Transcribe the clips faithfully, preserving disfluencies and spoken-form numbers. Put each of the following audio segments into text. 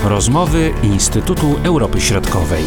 Rozmowy Instytutu Europy Środkowej.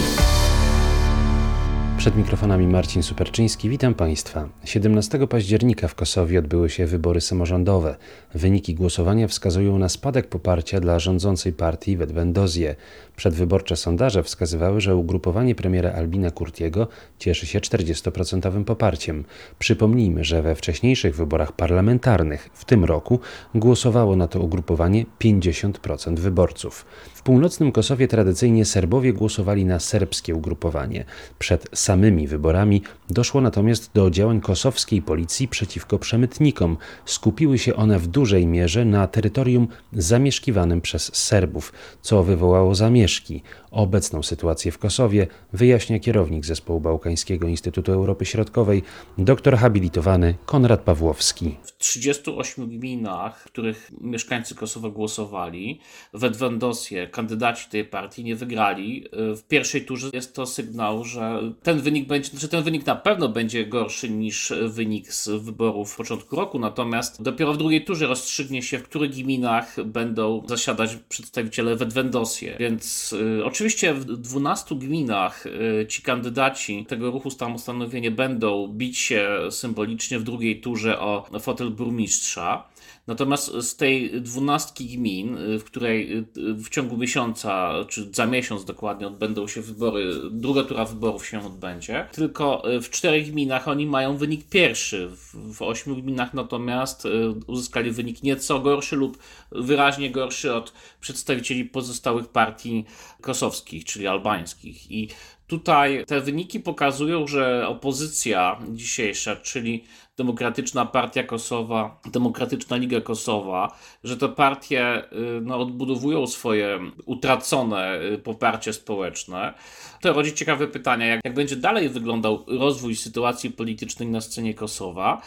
Przed mikrofonami Marcin Superczyński. Witam Państwa. siedemnastego października w Kosowie odbyły się wybory samorządowe. Wyniki głosowania wskazują na spadek poparcia dla rządzącej partii Vetëvendosje. Przedwyborcze sondaże wskazywały, że ugrupowanie premiera Albina Kurtiego cieszy się czterdziestoprocentowym poparciem. Przypomnijmy, że we wcześniejszych wyborach parlamentarnych w tym roku głosowało na to ugrupowanie pięćdziesiąt procent wyborców. W północnym Kosowie tradycyjnie Serbowie głosowali na serbskie ugrupowanie. Przed samymi wyborami doszło natomiast do działań kosowskiej policji przeciwko przemytnikom. Skupiły się one w dużej mierze na terytorium zamieszkiwanym przez Serbów, co wywołało zamieszki. Obecną sytuację w Kosowie wyjaśnia kierownik Zespołu Bałkańskiego Instytutu Europy Środkowej, doktor habilitowany Konrad Pawłowski. W trzydziestu ośmiu gminach, w których mieszkańcy Kosowa głosowali, Vetëvendosje, kandydaci tej partii, nie wygrali. W pierwszej turze jest to sygnał, że ten wynik będzie, znaczy ten wynik na pewno będzie gorszy niż wynik z wyborów w początku roku, natomiast dopiero w drugiej turze rozstrzygnie się, w których gminach będą zasiadać przedstawiciele Vetëvendosje. Więc y, oczywiście w dwunastu gminach y, ci kandydaci tego ruchu samostanowienia będą bić się symbolicznie w drugiej turze o fotel burmistrza. Natomiast z tej dwunastki gmin, w której w ciągu miesiąca, czy za miesiąc dokładnie odbędą się wybory, druga tura wyborów się odbędzie, tylko w czterech gminach oni mają wynik pierwszy. W ośmiu gminach natomiast uzyskali wynik nieco gorszy lub wyraźnie gorszy od przedstawicieli pozostałych partii kosowskich, czyli albańskich. I tutaj te wyniki pokazują, że opozycja dzisiejsza, czyli Demokratyczna Partia Kosowa, Demokratyczna Liga Kosowa, że te partie no, odbudowują swoje utracone poparcie społeczne. To rodzi ciekawe pytania, jak, jak będzie dalej wyglądał rozwój sytuacji politycznej na scenie Kosowa.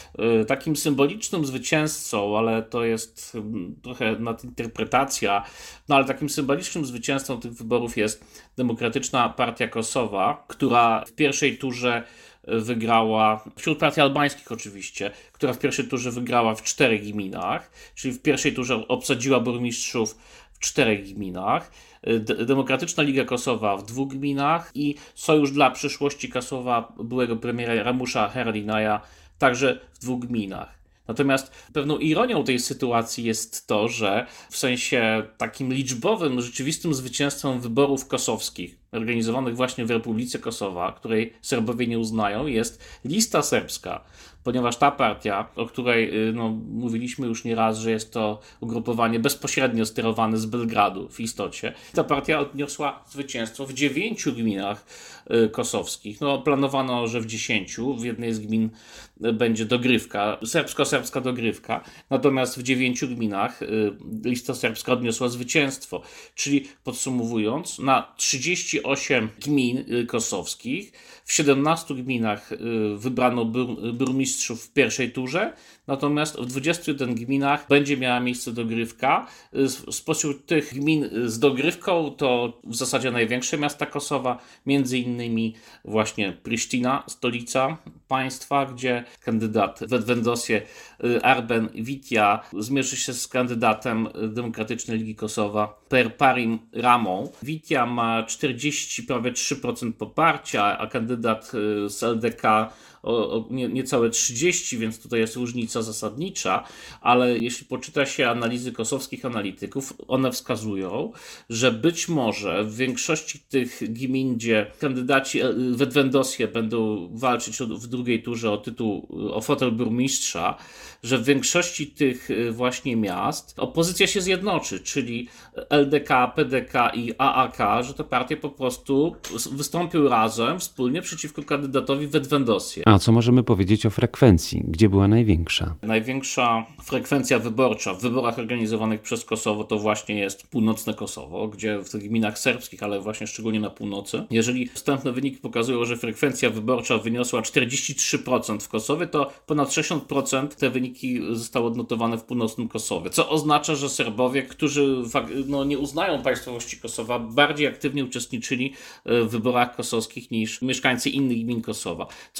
Takim symbolicznym zwycięzcą, ale to jest trochę nadinterpretacja, no ale takim symbolicznym zwycięzcą tych wyborów jest Demokratyczna Partia Kosowa, która w pierwszej turze wygrała, wśród partii albańskich oczywiście, która w pierwszej turze wygrała w czterech gminach, czyli w pierwszej turze obsadziła burmistrzów w czterech gminach, Demokratyczna Liga Kosowa w dwóch gminach i Sojusz dla Przyszłości Kosowa byłego premiera Ramusza Haradinaja także w dwóch gminach. Natomiast pewną ironią tej sytuacji jest to, że w sensie takim liczbowym, rzeczywistym zwycięstwem wyborów kosowskich, organizowanych właśnie w Republice Kosowa, której Serbowie nie uznają, jest lista serbska, ponieważ ta partia, o której no, mówiliśmy już nieraz, że jest to ugrupowanie bezpośrednio sterowane z Belgradu w istocie, ta partia odniosła zwycięstwo w dziewięciu gminach kosowskich. No, planowano, że w dziesięciu, w jednej z gmin będzie dogrywka, serbsko-serbska dogrywka, natomiast w dziewięciu gminach lista serbska odniosła zwycięstwo. Czyli podsumowując, na trzydzieści osiem gmin kosowskich, w siedemnastu gminach wybrano bur- burmistrzów w pierwszej turze, natomiast w dwudziestu jeden gminach będzie miała miejsce dogrywka. Spośród tych gmin z dogrywką to w zasadzie największe miasta Kosowa, między innymi właśnie Priština, stolica państwa, gdzie kandydat Vetëvendosje Arben Vitja zmierzy się z kandydatem Demokratycznej Ligi Kosowa Perparim Ramą. Vitja ma czterdzieści, prawie trzy procent poparcia, a kandydat z L D K o, o nie, niecałe trzydzieści, więc tutaj jest różnica zasadnicza, ale jeśli poczyta się analizy kosowskich analityków, one wskazują, że być może w większości tych gmin, gdzie kandydaci Vetëvendosje będą walczyć w drugiej turze o tytuł, o fotel burmistrza, że w większości tych właśnie miast opozycja się zjednoczy, czyli L D K, P D K i A A K, że te partie po prostu wystąpią razem, wspólnie przeciwko kandydatowi Vetëvendosje. A co możemy powiedzieć o frekwencji? Gdzie była największa? Największa frekwencja wyborcza w wyborach organizowanych przez Kosowo to właśnie jest północne Kosowo, gdzie w tych gminach serbskich, ale właśnie szczególnie na północy. Jeżeli wstępne wyniki pokazują, że frekwencja wyborcza wyniosła czterdzieści trzy procent w Kosowie, to ponad sześćdziesiąt procent te wyniki zostały odnotowane w północnym Kosowie, co oznacza, że Serbowie, którzy no, nie uznają państwowości Kosowa, bardziej aktywnie uczestniczyli w wyborach kosowskich niż mieszkańcy innych gmin Kosowa. Co oczywiście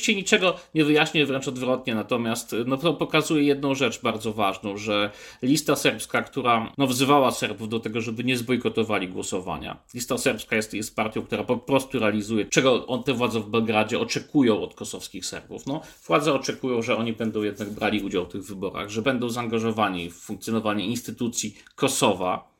oczywiście niczego nie wyjaśnia, wręcz odwrotnie, natomiast no, to pokazuje jedną rzecz bardzo ważną, że lista serbska, która no, wzywała Serbów do tego, żeby nie zbojkotowali głosowania. Lista serbska jest, jest partią, która po prostu realizuje, czego on, te władze w Belgradzie oczekują od kosowskich Serbów. No, władze oczekują, że oni będą jednak brali udział w tych wyborach, że będą zaangażowani w funkcjonowanie instytucji Kosowa,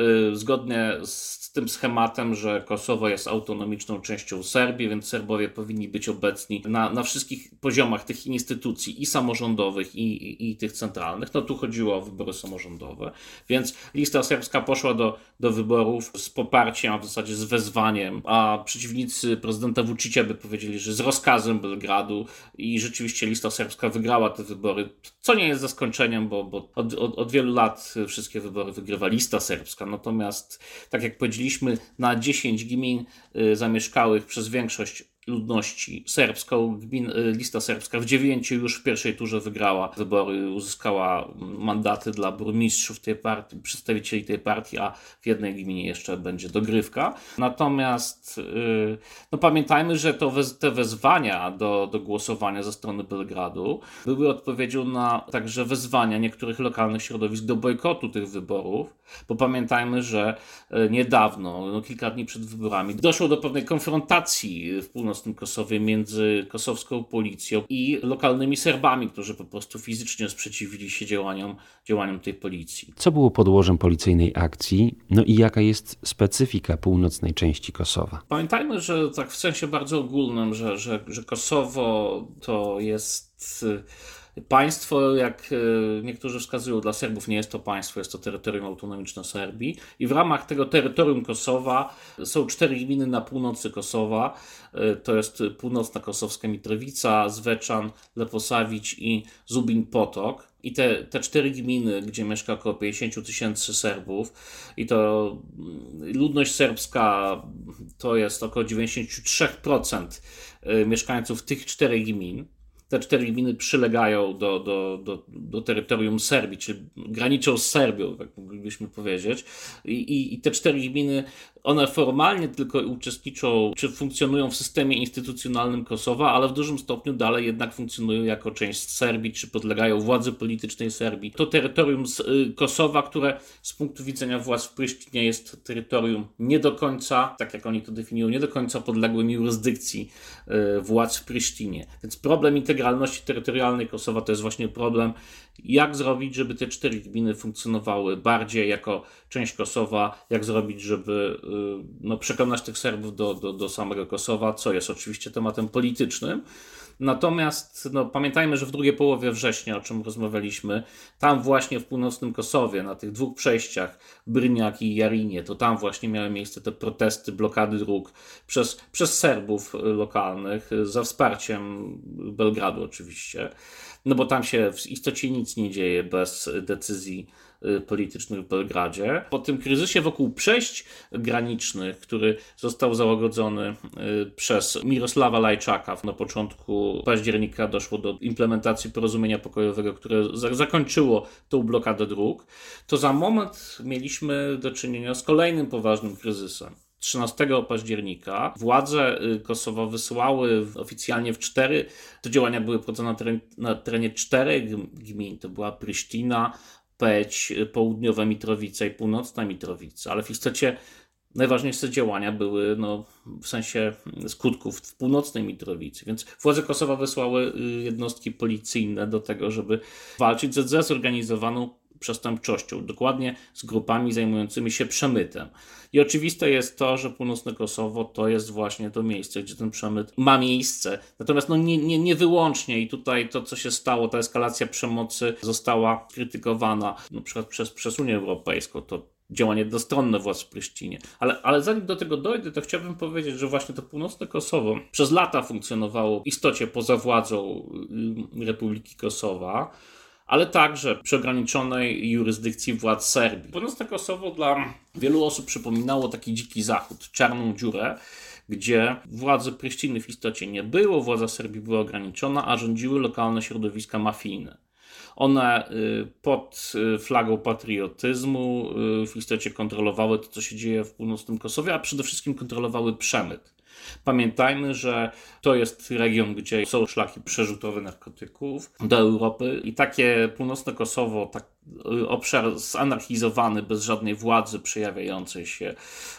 zgodnie z tym schematem, że Kosowo jest autonomiczną częścią Serbii, więc Serbowie powinni być obecni na, na wszystkich poziomach tych instytucji i samorządowych, i, i, i tych centralnych. No tu chodziło o wybory samorządowe, więc lista serbska poszła do, do wyborów z poparciem, a w zasadzie z wezwaniem, a przeciwnicy prezydenta Vučića by powiedzieli, że z rozkazem Belgradu, i rzeczywiście lista serbska wygrała te wybory, co nie jest zaskoczeniem, bo, bo od, od, od wielu lat wszystkie wybory wygrywa lista serbska. Natomiast, tak jak powiedzieliśmy, na dziesięć gmin y, zamieszkałych przez większość ludności serbską, gmin, y, lista serbska w dziewięciu już w pierwszej turze wygrała wybory, uzyskała mandaty dla burmistrzów tej partii, przedstawicieli tej partii, a w jednej gminie jeszcze będzie dogrywka. Natomiast y, no pamiętajmy, że to wez, te wezwania do, do głosowania ze strony Belgradu były odpowiedzią na także wezwania niektórych lokalnych środowisk do bojkotu tych wyborów, bo pamiętajmy, że y, niedawno, no kilka dni przed wyborami, doszło do pewnej konfrontacji w północnym Kosowie między kosowską policją i lokalnymi Serbami, którzy po prostu fizycznie sprzeciwili się działaniom, działaniom tej policji. Co było podłożem policyjnej akcji? No i jaka jest specyfika północnej części Kosowa? Pamiętajmy, że tak w sensie bardzo ogólnym, że, że, że Kosowo to jest państwo, jak niektórzy wskazują, dla Serbów nie jest to państwo, jest to terytorium autonomiczne Serbii, i w ramach tego terytorium Kosowa są cztery gminy na północy Kosowa. To jest północna kosowska Mitrovica, Zvečan, Leposavić i Zubin Potok. I te, te cztery gminy, gdzie mieszka około pięćdziesiąt tysięcy Serbów, i to ludność serbska to jest około dziewięćdziesiąt trzy procent mieszkańców tych czterech gmin. Te cztery gminy przylegają do, do, do, do terytorium Serbii, czyli graniczą z Serbią, tak moglibyśmy powiedzieć. I, i, I te cztery gminy, one formalnie tylko uczestniczą, czy funkcjonują w systemie instytucjonalnym Kosowa, ale w dużym stopniu dalej jednak funkcjonują jako część Serbii, czy podlegają władzy politycznej Serbii. To terytorium Kosowa, które z punktu widzenia władz w Prysztinie jest terytorium nie do końca, tak jak oni to definiują, nie do końca podległym jurysdykcji władz w Prysztinie. Więc problem integralności terytorialnej Kosowa to jest właśnie problem, jak zrobić, żeby te cztery gminy funkcjonowały bardziej jako część Kosowa, jak zrobić, żeby no, przekonać tych Serbów do, do, do samego Kosowa, co jest oczywiście tematem politycznym. Natomiast no, pamiętajmy, że w drugiej połowie września, o czym rozmawialiśmy, tam właśnie w północnym Kosowie, na tych dwóch przejściach, Brynjak i Jarinie, to tam właśnie miały miejsce te protesty, blokady dróg przez, przez Serbów lokalnych, za wsparciem Belgradu oczywiście, no bo tam się w istocie nic nie dzieje bez decyzji politycznych w Belgradzie. Po tym kryzysie wokół przejść granicznych, który został załagodzony przez Mirosława Lajczaka na początku października, doszło do implementacji porozumienia pokojowego, które zakończyło tą blokadę dróg, to za moment mieliśmy do czynienia z kolejnym poważnym kryzysem. trzynastego października władze Kosowa wysłały oficjalnie w cztery, te działania były prowadzone na terenie, na terenie czterech gmin, to była Prysztina, Peć, południowa Mitrovica i północna Mitrovica, ale w istocie najważniejsze działania były no, w sensie skutków w północnej Mitrovicy, więc władze Kosowa wysłały jednostki policyjne do tego, żeby walczyć ze zezorganizowaną przestępczością, dokładnie z grupami zajmującymi się przemytem. I oczywiste jest to, że północne Kosowo to jest właśnie to miejsce, gdzie ten przemyt ma miejsce. Natomiast no nie, nie, nie wyłącznie, i tutaj to, co się stało, ta eskalacja przemocy została krytykowana na przykład przez, przez Unię Europejską, to działanie jednostronne władz w Prysztinie. Ale, ale zanim do tego dojdę, to chciałbym powiedzieć, że właśnie to północne Kosowo przez lata funkcjonowało w istocie poza władzą Republiki Kosowa, ale także przy ograniczonej jurysdykcji władz Serbii. Północne Kosowo dla wielu osób przypominało taki dziki zachód, czarną dziurę, gdzie władzy Prysztiny w istocie nie było, władza Serbii była ograniczona, a rządziły lokalne środowiska mafijne. One pod flagą patriotyzmu w istocie kontrolowały to, co się dzieje w północnym Kosowie, a przede wszystkim kontrolowały przemyt. Pamiętajmy, że to jest region, gdzie są szlaki przerzutowe narkotyków do Europy i takie północne Kosowo, tak, obszar zanarchizowany, bez żadnej władzy przejawiającej się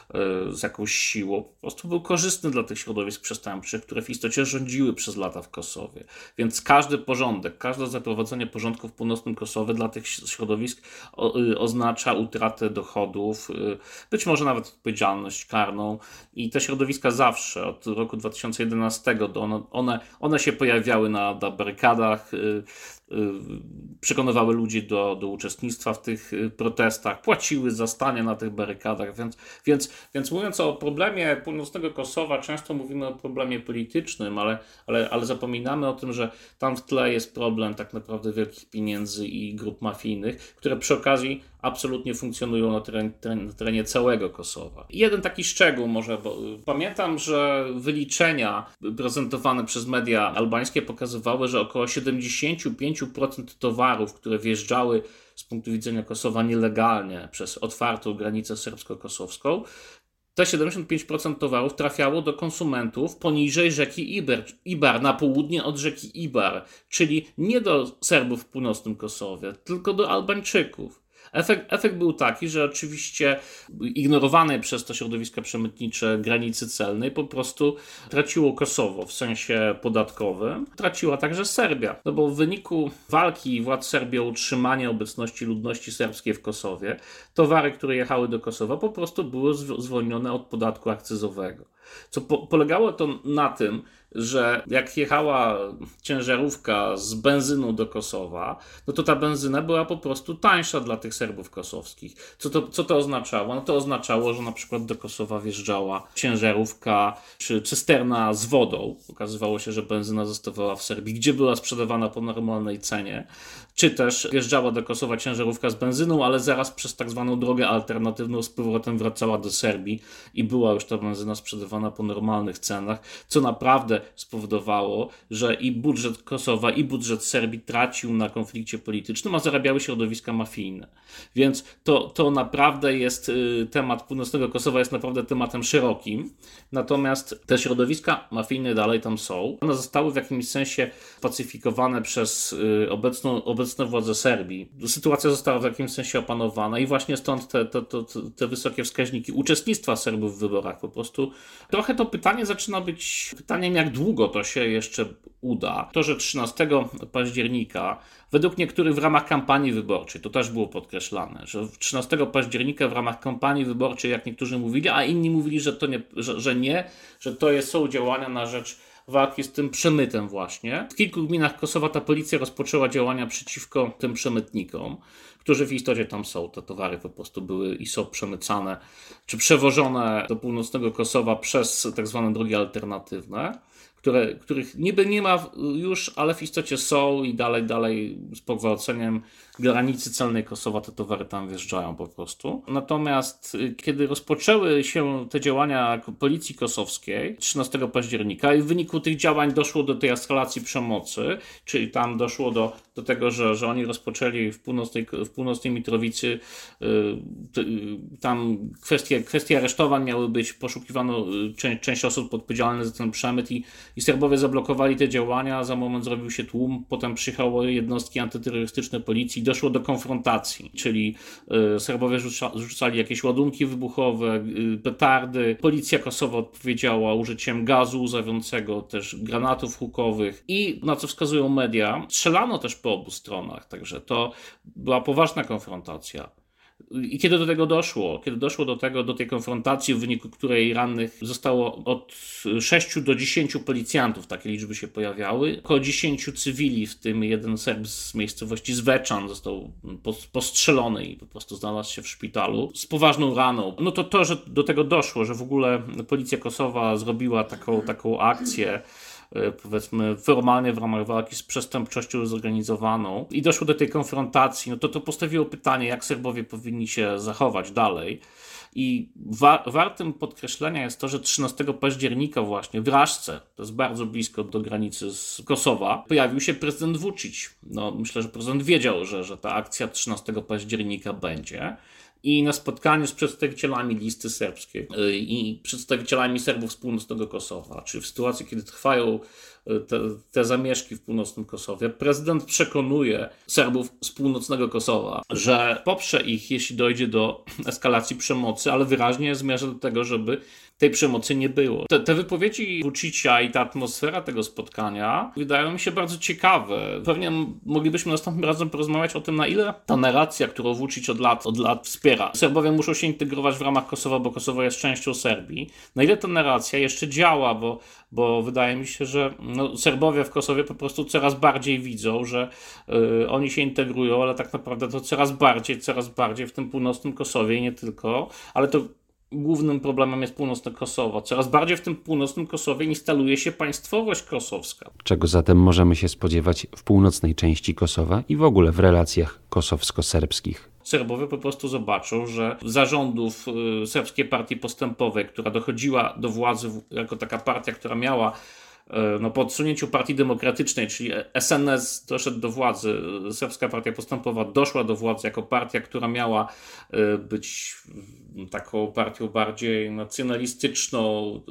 z jakąś siłą, po prostu był korzystny dla tych środowisk przestępczych, które w istocie rządziły przez lata w Kosowie. Więc każdy porządek, każde zaprowadzenie porządku w północnym Kosowie dla tych środowisk oznacza utratę dochodów, być może nawet odpowiedzialność karną i te środowiska zawsze od roku dwa tysiące jedenastego one, one się pojawiały na, na barykadach, przekonywały ludzi do, do uczestnictwa w tych protestach, płaciły za stanie na tych barykadach, więc, więc, więc mówiąc o problemie północnego Kosowa, często mówimy o problemie politycznym, ale, ale, ale zapominamy o tym, że tam w tle jest problem tak naprawdę wielkich pieniędzy i grup mafijnych, które przy okazji absolutnie funkcjonują na terenie, na terenie całego Kosowa. Jeden taki szczegół może, bo pamiętam, że wyliczenia prezentowane przez media albańskie pokazywały, że około siedemdziesiąt pięć procent towarów, które wjeżdżały z punktu widzenia Kosowa nielegalnie przez otwartą granicę serbsko-kosowską, te siedemdziesiąt pięć procent towarów trafiało do konsumentów poniżej rzeki Ibar, Ibar, na południe od rzeki Ibar, czyli nie do Serbów w północnym Kosowie, tylko do Albańczyków. Efekt, efekt był taki, że oczywiście ignorowane przez to środowiska przemytnicze granicy celnej po prostu traciło Kosowo w sensie podatkowym, traciła także Serbia, no bo w wyniku walki władz Serbii o utrzymanie obecności ludności serbskiej w Kosowie, towary, które jechały do Kosowa po prostu były zwolnione od podatku akcyzowego. Co po, polegało to na tym, że jak jechała ciężarówka z benzyną do Kosowa, no to ta benzyna była po prostu tańsza dla tych Serbów kosowskich. Co to, co to oznaczało? No to oznaczało, że na przykład do Kosowa wjeżdżała ciężarówka czy cysterna z wodą. Okazywało się, że benzyna zostawała w Serbii, gdzie była sprzedawana po normalnej cenie. Czy też wjeżdżała do Kosowa ciężarówka z benzyną, ale zaraz przez tak zwaną drogę alternatywną z powrotem wracała do Serbii i była już ta benzyna sprzedawana po normalnych cenach, co naprawdę spowodowało, że i budżet Kosowa, i budżet Serbii tracił na konflikcie politycznym, a zarabiały środowiska mafijne. Więc to, to naprawdę jest temat północnego Kosowa, jest naprawdę tematem szerokim. Natomiast te środowiska mafijne dalej tam są. One zostały w jakimś sensie pacyfikowane przez obecną, obecne władze Serbii. Sytuacja została w jakimś sensie opanowana i właśnie stąd te, te, te, te wysokie wskaźniki uczestnictwa Serbów w wyborach. Po prostu trochę to pytanie zaczyna być pytaniem, jak długo to się jeszcze uda. To, że trzynastego października, według niektórych w ramach kampanii wyborczej, to też było podkreślane, że trzynastego października w ramach kampanii wyborczej, jak niektórzy mówili, a inni mówili, że to nie, że, że nie, że to jest, są działania na rzecz walki z tym przemytem właśnie. W kilku gminach Kosowa ta policja rozpoczęła działania przeciwko tym przemytnikom, którzy w istocie tam są. Te towary po prostu były i są przemycane, czy przewożone do północnego Kosowa przez tak zwane drogi alternatywne, które, których niby nie ma już, ale w istocie są i dalej, dalej z pogwałceniem granicy celnej Kosowa te towary tam wjeżdżają po prostu. Natomiast kiedy rozpoczęły się te działania policji kosowskiej trzynastego października i w wyniku tych działań doszło do tej eskalacji przemocy, czyli tam doszło do, do tego, że, że oni rozpoczęli w północnej, w północnej Mitrowicy tam kwestie, kwestie aresztowań miały być, poszukiwano część, część osób odpowiedzialnych za ten przemyt i, i Serbowie zablokowali te działania, za moment zrobił się tłum, potem przyjechały jednostki antyterrorystyczne policji, doszło do konfrontacji, czyli y, Serbowie rzuca, rzucali jakieś ładunki wybuchowe, y, petardy. Policja Kosowa odpowiedziała użyciem gazu łzawiącego, też granatów hukowych i na co wskazują media, strzelano też po obu stronach, także to była poważna konfrontacja. I kiedy do tego doszło, kiedy doszło do tego, do tej konfrontacji, w wyniku której rannych zostało od sześciu do dziesięciu policjantów, takie liczby się pojawiały, około dziesięciu cywili, w tym jeden Serb z miejscowości Zvečan został postrzelony i po prostu znalazł się w szpitalu z poważną raną. No to to, że do tego doszło, że w ogóle policja Kosowa zrobiła taką, taką akcję, powiedzmy formalnie w ramach walki z przestępczością zorganizowaną i doszło do tej konfrontacji, no to to postawiło pytanie, jak Serbowie powinni się zachować dalej. I wa- wartym podkreślenia jest to, że trzynastego października właśnie w Raszce, to jest bardzo blisko do granicy z Kosowa, pojawił się prezydent Vučić. No, myślę, że prezydent wiedział, że, że ta akcja trzynastego października będzie i na spotkaniu z przedstawicielami listy serbskiej i przedstawicielami Serbów z północnego Kosowa, czyli w sytuacji, kiedy trwają te, te zamieszki w północnym Kosowie, prezydent przekonuje Serbów z północnego Kosowa, że poprze ich, jeśli dojdzie do eskalacji przemocy, ale wyraźnie zmierza do tego, żeby tej przemocy nie było. Te, te wypowiedzi Vučića i ta atmosfera tego spotkania wydają mi się bardzo ciekawe. Pewnie moglibyśmy następnym razem porozmawiać o tym, na ile ta narracja, którą Vučić od lat, od lat wspiera. Serbowie muszą się integrować w ramach Kosowa, bo Kosowo jest częścią Serbii. Na ile ta narracja jeszcze działa, bo, bo wydaje mi się, że no, Serbowie w Kosowie po prostu coraz bardziej widzą, że y, oni się integrują, ale tak naprawdę to coraz bardziej, coraz bardziej w tym północnym Kosowie i nie tylko, ale to głównym problemem jest północne Kosowo. Coraz bardziej w tym północnym Kosowie instaluje się państwowość kosowska. Czego zatem możemy się spodziewać w północnej części Kosowa i w ogóle w relacjach kosowsko-serbskich? Serbowie po prostu zobaczą, że zarządów y, Serbskiej Partii Postępowej, która dochodziła do władzy w, jako taka partia, która miała no, po odsunięciu Partii Demokratycznej, czyli S N S doszedł do władzy, Serbska Partia Postępowa doszła do władzy jako partia, która miała być taką partią bardziej nacjonalistyczną,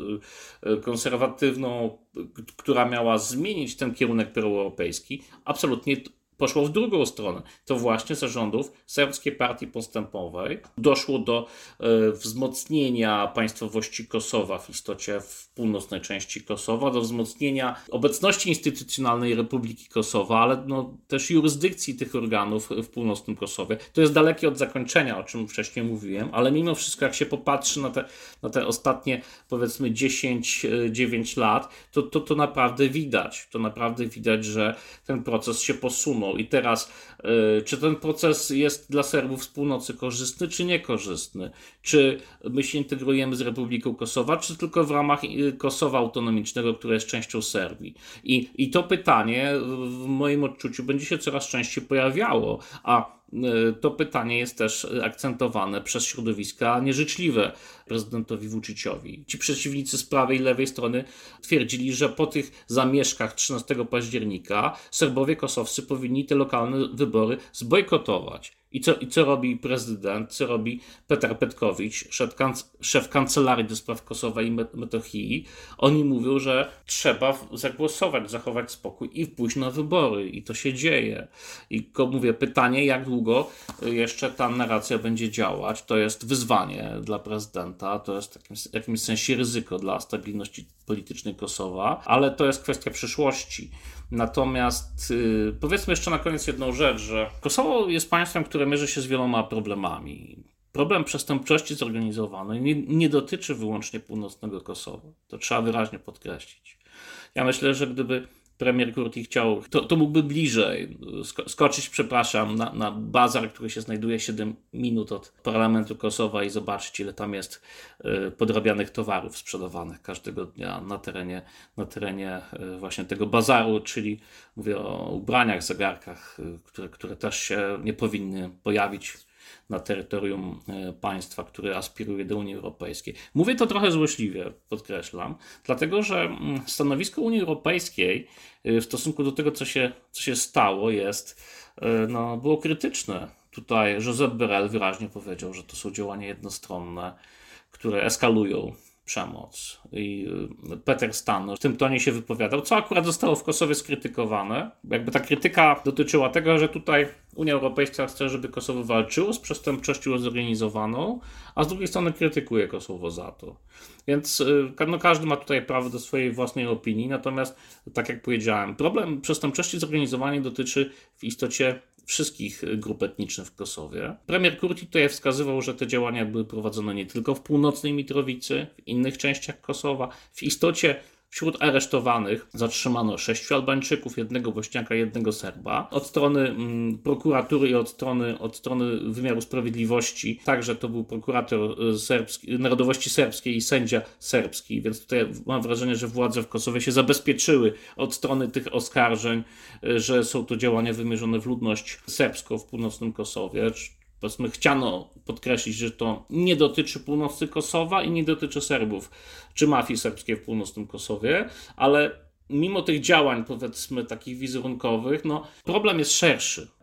konserwatywną, która miała zmienić ten kierunek proeuropejski. Absolutnie poszło w drugą stronę. To właśnie za rządów Serbskiej Partii Postępowej doszło do e, wzmocnienia państwowości Kosowa, w istocie w północnej części Kosowa, do wzmocnienia obecności instytucjonalnej Republiki Kosowa, ale no, też jurysdykcji tych organów w północnym Kosowie. To jest dalekie od zakończenia, o czym wcześniej mówiłem, ale mimo wszystko, jak się popatrzy na te, na te ostatnie, powiedzmy, dziesięć dziewięć lat, to, to, to naprawdę widać. To naprawdę widać, że ten proces się posunął. I teraz, y, czy ten proces jest dla Serbów z północy korzystny, czy niekorzystny? Czy my się integrujemy z Republiką Kosowa, czy tylko w ramach Kosowa autonomicznego, które jest częścią Serbii? I, i to pytanie w moim odczuciu będzie się coraz częściej pojawiało, a to pytanie jest też akcentowane przez środowiska nieżyczliwe prezydentowi Vučićowi. Ci przeciwnicy z prawej i lewej strony twierdzili, że po tych zamieszkach trzynastego października Serbowie kosowscy powinni te lokalne wybory zbojkotować. I co, I co robi prezydent, co robi Petar Petkowicz, szef, kanc- szef kancelarii do spraw Kosowa i Metochii? Oni mówią, że trzeba zagłosować, zachować spokój i pójść na wybory. I to się dzieje. I tylko mówię, pytanie, jak długo jeszcze ta narracja będzie działać, to jest wyzwanie dla prezydenta, to jest w jakimś, w jakimś sensie ryzyko dla stabilności politycznej Kosowa, ale to jest kwestia przyszłości. Natomiast yy, powiedzmy jeszcze na koniec jedną rzecz, że Kosowo jest państwem, które mierzy się z wieloma problemami. Problem przestępczości zorganizowanej nie, nie dotyczy wyłącznie północnego Kosowa. To trzeba wyraźnie podkreślić. Ja myślę, że gdyby premier Kurti chciał, to, to mógłby bliżej sko- skoczyć, przepraszam, na, na bazar, który się znajduje siedem minut od parlamentu Kosowa i zobaczyć, ile tam jest y, podrabianych towarów sprzedawanych każdego dnia na terenie, na terenie y, właśnie tego bazaru, czyli mówię o ubraniach, zegarkach, y, które, które też się nie powinny pojawić na terytorium państwa, które aspiruje do Unii Europejskiej. Mówię to trochę złośliwie, podkreślam, dlatego że stanowisko Unii Europejskiej w stosunku do tego, co się, co się stało, jest, no, było krytyczne. Tutaj Josep Borrell wyraźnie powiedział, że to są działania jednostronne, które eskalują przemoc. I Peter Stan w tym tonie się wypowiadał, co akurat zostało w Kosowie skrytykowane. Jakby ta krytyka dotyczyła tego, że tutaj Unia Europejska chce, żeby Kosowo walczyło z przestępczością zorganizowaną, a z drugiej strony krytykuje Kosowo za to. Więc no, każdy ma tutaj prawo do swojej własnej opinii, natomiast tak jak powiedziałem, problem przestępczości zorganizowanej dotyczy w istocie wszystkich grup etnicznych w Kosowie. Premier Kurti tutaj wskazywał, że te działania były prowadzone nie tylko w północnej Mitrowicy, w innych częściach Kosowa. W istocie wśród aresztowanych zatrzymano sześciu Albańczyków, jednego Bośniaka, jednego Serba. Od strony mm, prokuratury i od strony, od strony wymiaru sprawiedliwości także to był prokurator serbski, narodowości serbskiej i sędzia serbski, więc tutaj mam wrażenie, że władze w Kosowie się zabezpieczyły od strony tych oskarżeń, że są to działania wymierzone w ludność serbską w północnym Kosowie. Powiedzmy, chciano podkreślić, że to nie dotyczy północy Kosowa i nie dotyczy Serbów czy mafii serbskiej w północnym Kosowie, ale mimo tych działań, powiedzmy, takich wizerunkowych, no, problem jest szerszy.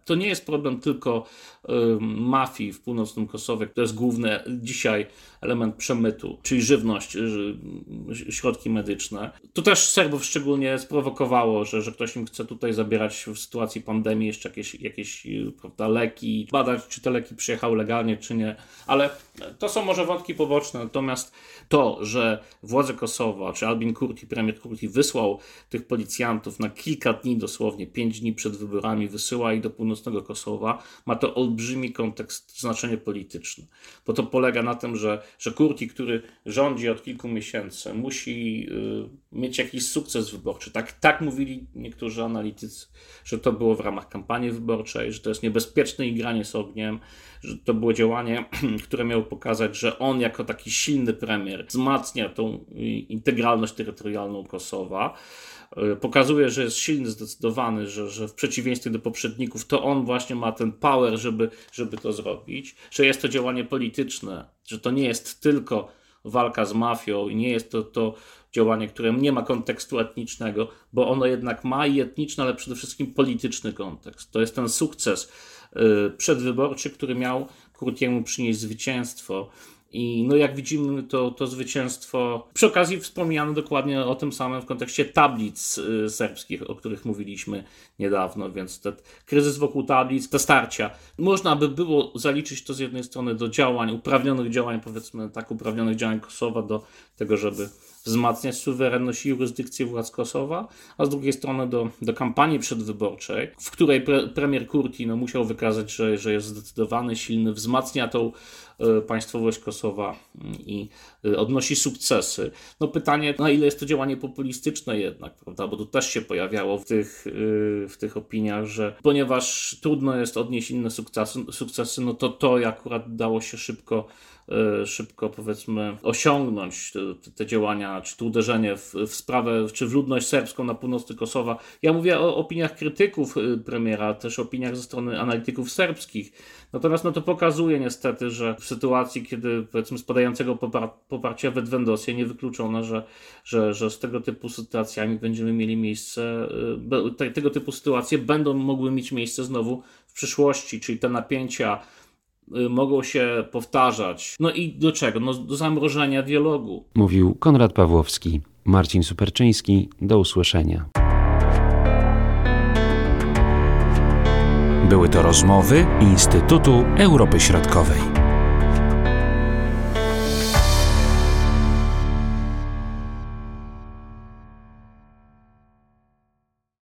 To nie jest problem tylko y, mafii w północnym Kosowie, to jest główny dzisiaj element przemytu, czyli żywność, y, środki medyczne. To też Serbów szczególnie sprowokowało, że, że ktoś im chce tutaj zabierać w sytuacji pandemii jeszcze jakieś, jakieś prawda, leki, badać, czy te leki przyjechały legalnie, czy nie. Ale to są może wątki poboczne, natomiast to, że władze Kosowa, czy Albin Kurti, premier Kurti wysłał tych policjantów na kilka dni, dosłownie pięć dni przed wyborami, wysyła ich do północnego Kosowa, ma to olbrzymi kontekst, znaczenie polityczne. Bo to polega na tym, że, że Kurti, który rządzi od kilku miesięcy, musi y, mieć jakiś sukces wyborczy. Tak, tak mówili niektórzy analitycy, że to było w ramach kampanii wyborczej, że to jest niebezpieczne igranie z ogniem, że to było działanie, które miało pokazać, że on jako taki silny premier wzmacnia tą integralność terytorialną Kosowa, pokazuje, że jest silny, zdecydowany, że, że w przeciwieństwie do poprzedników to on właśnie ma ten power, żeby, żeby to zrobić, że jest to działanie polityczne, że to nie jest tylko walka z mafią i nie jest to, to działanie, które nie ma kontekstu etnicznego, bo ono jednak ma i etniczny, ale przede wszystkim polityczny kontekst. To jest ten sukces y, przedwyborczy, który miał Kurtiemu przynieść zwycięstwo. I no jak widzimy, to, to zwycięstwo, przy okazji wspomniano dokładnie o tym samym w kontekście tablic y, serbskich, o których mówiliśmy niedawno, więc ten kryzys wokół tablic, te starcia. Można by było zaliczyć to z jednej strony do działań, uprawnionych działań, powiedzmy tak, uprawnionych działań Kosowa do tego, żeby wzmacniać suwerenność i jurysdykcję władz Kosowa, a z drugiej strony do, do kampanii przedwyborczej, w której pre, premier Kurti no, musiał wykazać, że, że jest zdecydowany, silny, wzmacnia tą y, państwowość Kosowa i y, odnosi sukcesy. No pytanie, na ile jest to działanie populistyczne jednak, prawda, bo to też się pojawiało w tych, y, w tych opiniach, że ponieważ trudno jest odnieść inne sukcesy, sukcesy no to to akurat dało się szybko szybko powiedzmy osiągnąć te, te działania, czy to uderzenie w, w sprawę, czy w ludność serbską na północy Kosowa. Ja mówię o opiniach krytyków premiera, też opiniach ze strony analityków serbskich. Natomiast no to pokazuje niestety, że w sytuacji, kiedy powiedzmy spadającego popar- poparcia w Edwendosie niewykluczone, że, że, że z tego typu sytuacjami będziemy mieli miejsce, te, tego typu sytuacje będą mogły mieć miejsce znowu w przyszłości, czyli te napięcia mogą się powtarzać. No i do czego? No do zamrożenia dialogu. Mówił Konrad Pawłowski. Marcin Superczyński. Do usłyszenia. Były to rozmowy Instytutu Europy Środkowej.